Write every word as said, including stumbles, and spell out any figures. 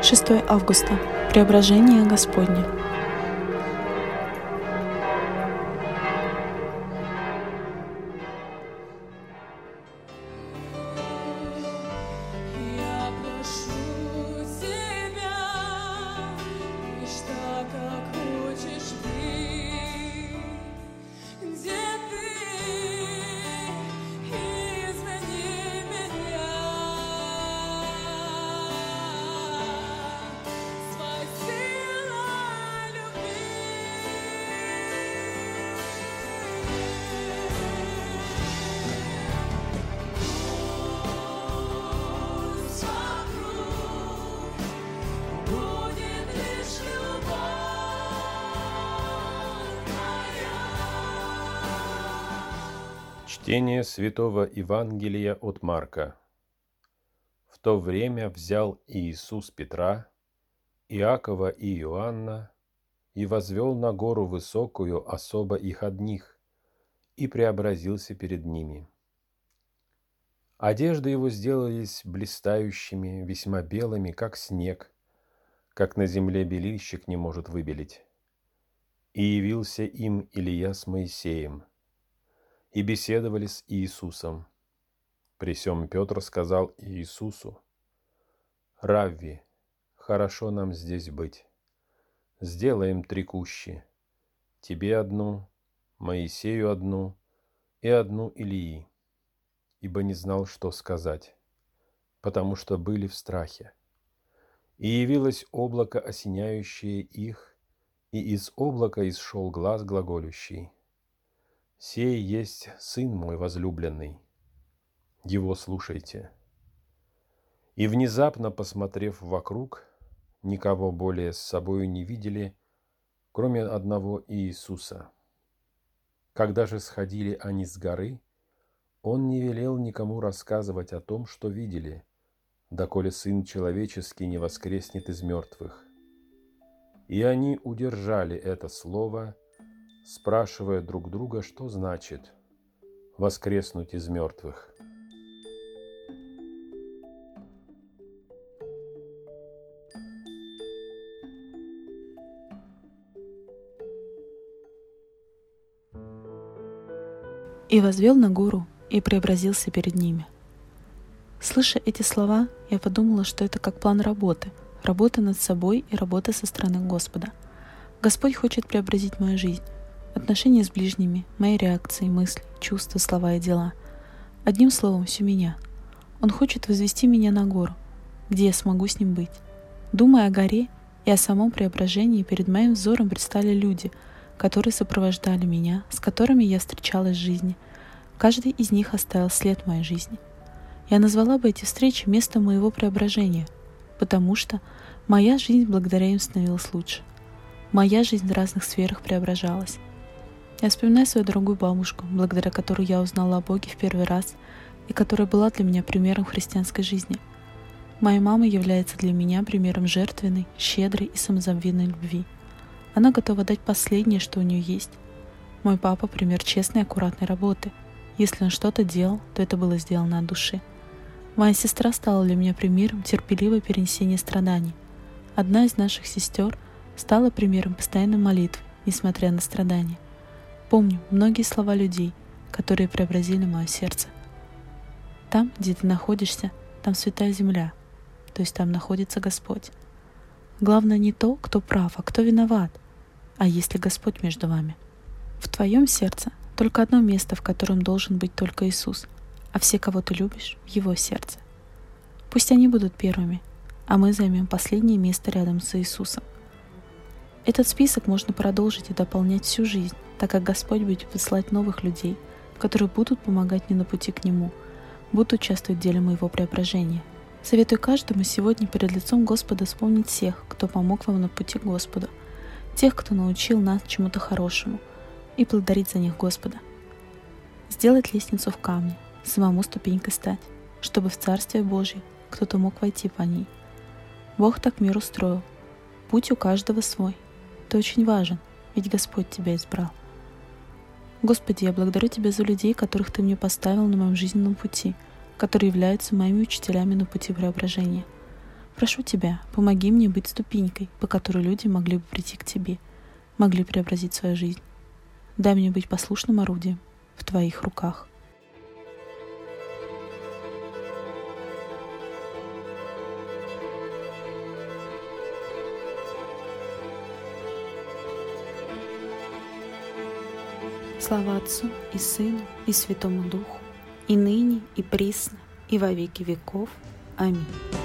шестое августа. Преображение Господне. Чтение Святого Евангелия от Марка. В то время взял Иисус Петра, Иакова и Иоанна и возвел на гору высокую особо их одних, и преобразился перед ними. Одежды его сделались блистающими, весьма белыми, как снег, как на земле белильщик не может выбелить. И явился им Илия с Моисеем, и беседовали с Иисусом. При сем Петр сказал Иисусу: «Равви, хорошо нам здесь быть. Сделаем три кущи: тебе одну, Моисею одну и одну Илии». Ибо не знал, что сказать, потому что были в страхе. И явилось облако, осеняющее их, и из облака исшел глас глаголющий: «Сей есть Сын мой возлюбленный, его слушайте». И внезапно, посмотрев вокруг, никого более с собою не видели, кроме одного Иисуса. Когда же сходили они с горы, он не велел никому рассказывать о том, что видели, доколе Сын Человеческий не воскреснет из мертвых. И они удержали это слово, спрашивая друг друга, что значит воскреснуть из мертвых. И возвел на гору, и преобразился перед ними. Слыша эти слова, я подумала, что это как план работы, работа над собой и работа со стороны Господа. Господь хочет преобразить мою жизнь, отношения с ближними, мои реакции, мысли, чувства, слова и дела. Одним словом, всю меня. Он хочет возвести меня на гору, где я смогу с ним быть. Думая о горе и о самом преображении, перед моим взором предстали люди, которые сопровождали меня, с которыми я встречалась в жизни. Каждый из них оставил след в моей жизни. Я назвала бы эти встречи местом моего преображения, потому что моя жизнь благодаря им становилась лучше. Моя жизнь в разных сферах преображалась. Я вспоминаю свою дорогую бабушку, благодаря которой я узнала о Боге в первый раз и которая была для меня примером христианской жизни. Моя мама является для меня примером жертвенной, щедрой и самозабвенной любви. Она готова дать последнее, что у нее есть. Мой папа — пример честной и аккуратной работы. Если он что-то делал, то это было сделано от души. Моя сестра стала для меня примером терпеливого перенесения страданий. Одна из наших сестер стала примером постоянной молитвы, несмотря на страдания. Помню многие слова людей, которые преобразили мое сердце. Там, где ты находишься, там святая земля, то есть там находится Господь. Главное не то, кто прав, а кто виноват, а есть ли Господь между вами. В твоем сердце только одно место, в котором должен быть только Иисус, а все, кого ты любишь, в Его сердце. Пусть они будут первыми, а мы займем последнее место рядом с Иисусом. Этот список можно продолжить и дополнять всю жизнь, так как Господь будет высылать новых людей, которые будут помогать мне на пути к Нему, будут участвовать в деле моего преображения. Советую каждому сегодня перед лицом Господа вспомнить всех, кто помог вам на пути к Господу, тех, кто научил нас чему-то хорошему, и благодарить за них Господа. Сделать лестницу в камне, самому ступенькой стать, чтобы в Царствие Божье кто-то мог войти по ней. Бог так мир устроил. Путь у каждого свой. Ты очень важен, ведь Господь тебя избрал. Господи, я благодарю Тебя за людей, которых Ты мне поставил на моем жизненном пути, которые являются моими учителями на пути преображения. Прошу Тебя, помоги мне быть ступенькой, по которой люди могли бы прийти к Тебе, могли преобразить свою жизнь. Дай мне быть послушным орудием в Твоих руках. Слава Отцу и Сыну и Святому Духу, и ныне, и присно, и во веки веков. Аминь.